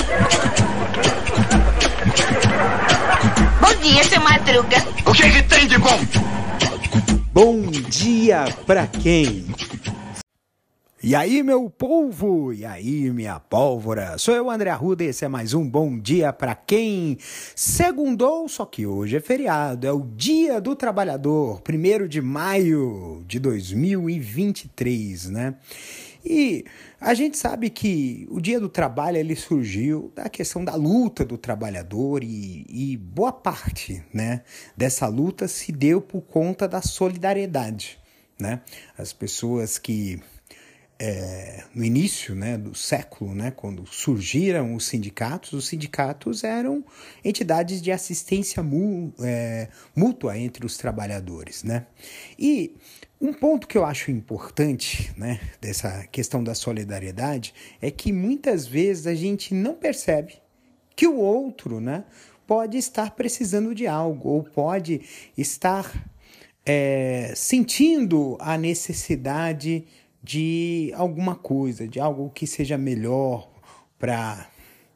Bom dia, seu Madruga. O que tem de bom? Bom dia pra quem? E aí, meu povo? E aí, minha pólvora? Sou eu, André Arruda, e esse é mais um Bom Dia Pra Quem? Segundou, só que hoje é feriado, é o Dia do Trabalhador, 1º de maio de 2023, né? E a gente sabe que o Dia do Trabalho ele surgiu da questão da luta do trabalhador e boa parte, né, dessa luta se deu por conta da solidariedade, né? As pessoas que no início, né, do século, né, quando surgiram os sindicatos eram entidades de assistência mútua entre os trabalhadores, né? E um ponto que eu acho importante, né, dessa questão da solidariedade é que muitas vezes a gente não percebe que o outro, né, pode estar precisando de algo ou pode estar sentindo a necessidade de alguma coisa, de algo que seja melhor para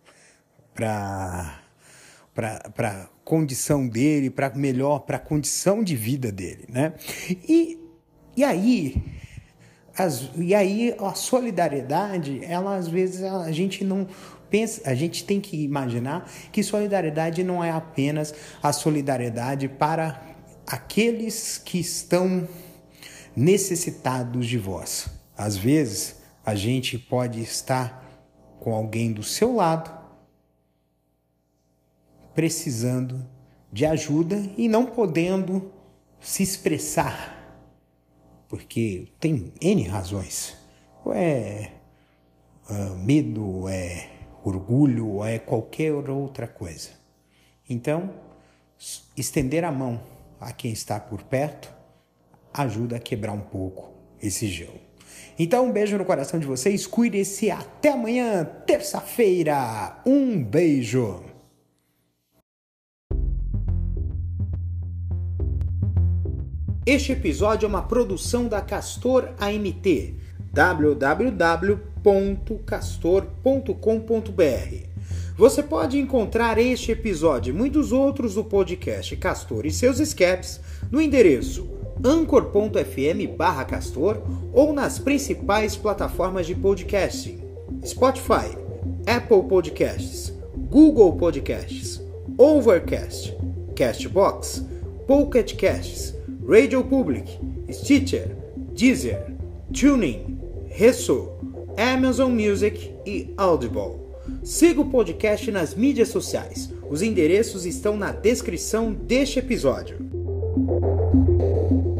a condição dele, para a condição de vida dele, né? E aí a solidariedade, ela às vezes a gente não pensa, a gente tem que imaginar que solidariedade não é apenas a solidariedade para aqueles que estão necessitados de vós. Às vezes a gente pode estar com alguém do seu lado precisando de ajuda e não podendo se expressar. Porque tem N razões. Ou é medo, ou é orgulho, ou é qualquer outra coisa. Então, estender a mão a quem está por perto ajuda a quebrar um pouco esse gelo. Então, um beijo no coração de vocês. Cuide-se. Até amanhã, terça-feira. Um beijo. Este episódio é uma produção da Castor AMT, www.castor.com.br. Você pode encontrar este episódio e muitos outros do podcast Castor e seus escapes no endereço anchor.fm/castor ou nas principais plataformas de podcasting: Spotify, Apple Podcasts, Google Podcasts, Overcast, Castbox, Pocket Casts, Radio Public, Stitcher, Deezer, TuneIn, Resso, Amazon Music e Audible. Siga o podcast nas mídias sociais. Os endereços estão na descrição deste episódio.